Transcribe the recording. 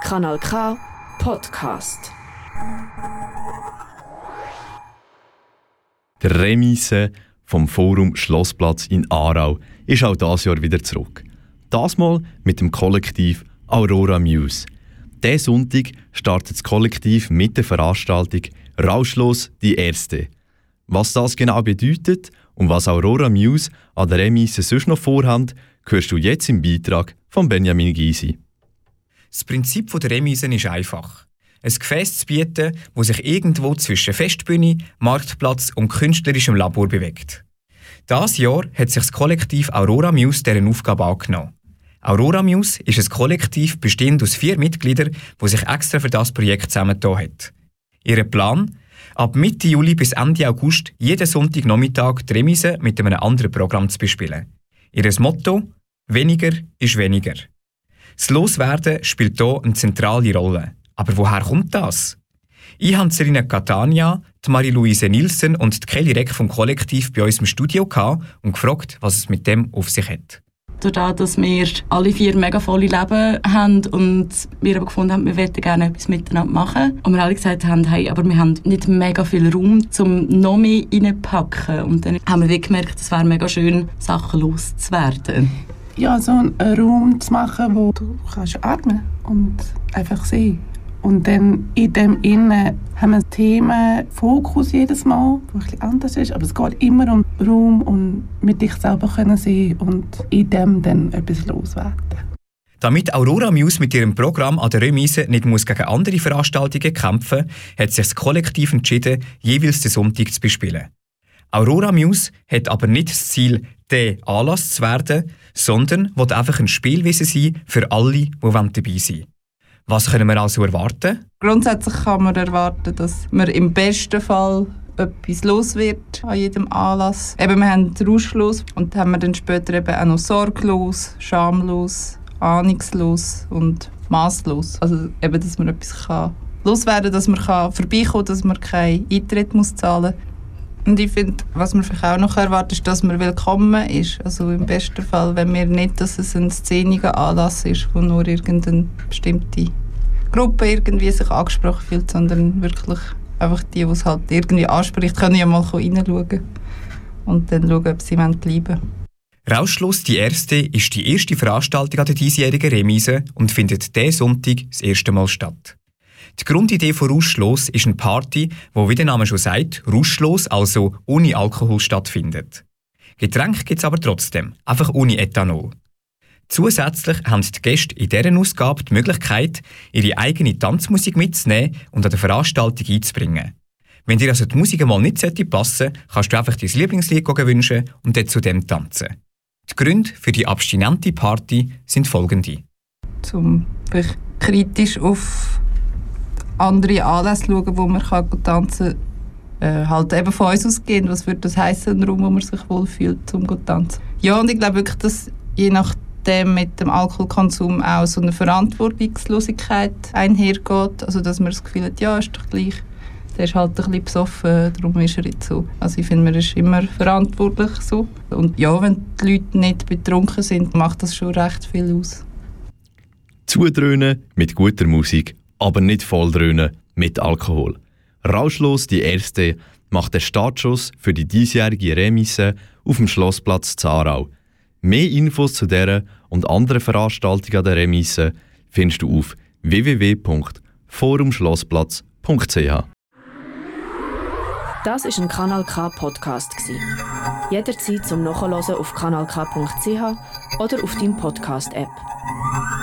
Kanal K Podcast. Der Remise vom Forum Schlossplatz in Aarau ist auch dieses Jahr wieder zurück. Das Mal mit dem Kollektiv Aurora Muse. Diesen Sonntag startet das Kollektiv mit der Veranstaltung «Rauschlos die Erste». Was das genau bedeutet und was Aurora Muse an der Remise sonst noch vorhat, hörst du jetzt im Beitrag von Benjamin Gysi. Das Prinzip der Remise ist einfach. Ein Gefäß zu bieten, das sich irgendwo zwischen Festbühne, Marktplatz und künstlerischem Labor bewegt. Dieses Jahr hat sich das Kollektiv Aurora Muse deren Aufgabe angenommen. Aurora Muse ist ein Kollektiv bestehend aus 4 Mitgliedern, die sich extra für das Projekt zusammengetan haben. Ihr Plan? Ab Mitte Juli bis Ende August jeden Sonntagnachmittag die Remise mit einem anderen Programm zu bespielen. Ihr Motto? Weniger ist weniger. Das Loswerden spielt hier eine zentrale Rolle. Aber woher kommt das? Ich habe Serena Catania, die Marie-Louise Nielsen und die Kelly Reck vom Kollektiv bei uns im Studio und gefragt, was es mit dem auf sich hat. Dadurch, dass wir alle 4 mega volle Leben haben und wir aber gefunden haben, wir möchten gerne etwas miteinander machen. Und wir alle gesagt haben, hey, aber wir haben nicht mega viel Raum, um noch mehr reinzupacken. Und dann haben wir gemerkt, es wäre mega schön, Sachen loszuwerden. Ja, so einen Raum zu machen, wo du kannst atmen und einfach sehen. Und dann in dem Innen haben wir Themenfokus jedes Mal, der ein bisschen anders ist. Aber es geht immer um Raum und mit dich selber können sehen und in dem dann etwas loswerden. Damit Aurora Muse mit ihrem Programm an der Remise nicht gegen andere Veranstaltungen kämpfen muss, hat sich das Kollektiv entschieden, jeweils den Sonntag zu bespielen. Aurora Muse hat aber nicht das Ziel, der Anlass zu werden, sondern will einfach ein Spielwiese sein für alle, die dabei sein wollen. Was können wir also erwarten? Grundsätzlich kann man erwarten, dass man im besten Fall etwas los wird an jedem Anlass. Eben, wir haben rauschlos und haben wir dann später eben auch noch sorglos, schamlos, ahnungslos und masslos. Also eben, dass man etwas loswerden kann, dass man vorbeikommen kann, dass man keinen Eintritt zahlen muss. Und ich finde, was man vielleicht auch noch erwartet, ist, dass man willkommen ist. Also im besten Fall, wenn wir nicht, dass es ein szeniger Anlass ist, wo nur irgendeine bestimmte Gruppe irgendwie sich angesprochen fühlt, sondern wirklich einfach die es halt irgendwie anspricht, können ja mal reinschauen und dann schauen, ob sie bleiben wollen. Rauschlos die Erste ist die erste Veranstaltung an der diesjährigen Remise und findet diesen Sonntag das erste Mal statt. Die Grundidee von Rauschlos ist eine Party, die, wie der Name schon sagt, rauschlos, also ohne Alkohol stattfindet. Getränke gibt es aber trotzdem, einfach ohne Ethanol. Zusätzlich haben die Gäste in dieser Ausgabe die Möglichkeit, ihre eigene Tanzmusik mitzunehmen und an der Veranstaltung einzubringen. Wenn dir also die Musik mal nicht passen sollte, kannst du einfach dein Lieblingslied wünschen und dann zu dem tanzen. Die Gründe für die abstinente Party sind folgende. Zum kritisch auf andere Anlässe schauen, wo man tanzen kann. Halt eben von uns ausgehend, was würde das heissen, ein Raum, wo man sich wohlfühlt, zum tanzen. Ja, und ich glaube wirklich, dass je nachdem mit dem Alkoholkonsum auch so eine Verantwortungslosigkeit einhergeht. Also, dass man das Gefühl hat, ja, ist doch gleich. Der ist halt ein bisschen besoffen, darum ist er jetzt so. Also ich finde, man ist immer verantwortlich so. Und ja, wenn die Leute nicht betrunken sind, macht das schon recht viel aus. Zudröhnen mit guter Musik, aber nicht volldröhnen mit Alkohol. Rauschlos die Erste macht den Startschuss für die diesjährige Remise auf dem Schlossplatz in Aarau. Mehr Infos zu dieser und anderen Veranstaltungen an der Remise findest du auf www.forumschlossplatz.ch. Das war ein Kanal K Podcast. Jederzeit zum Nachhören auf kanalk.ch oder auf deinem Podcast-App.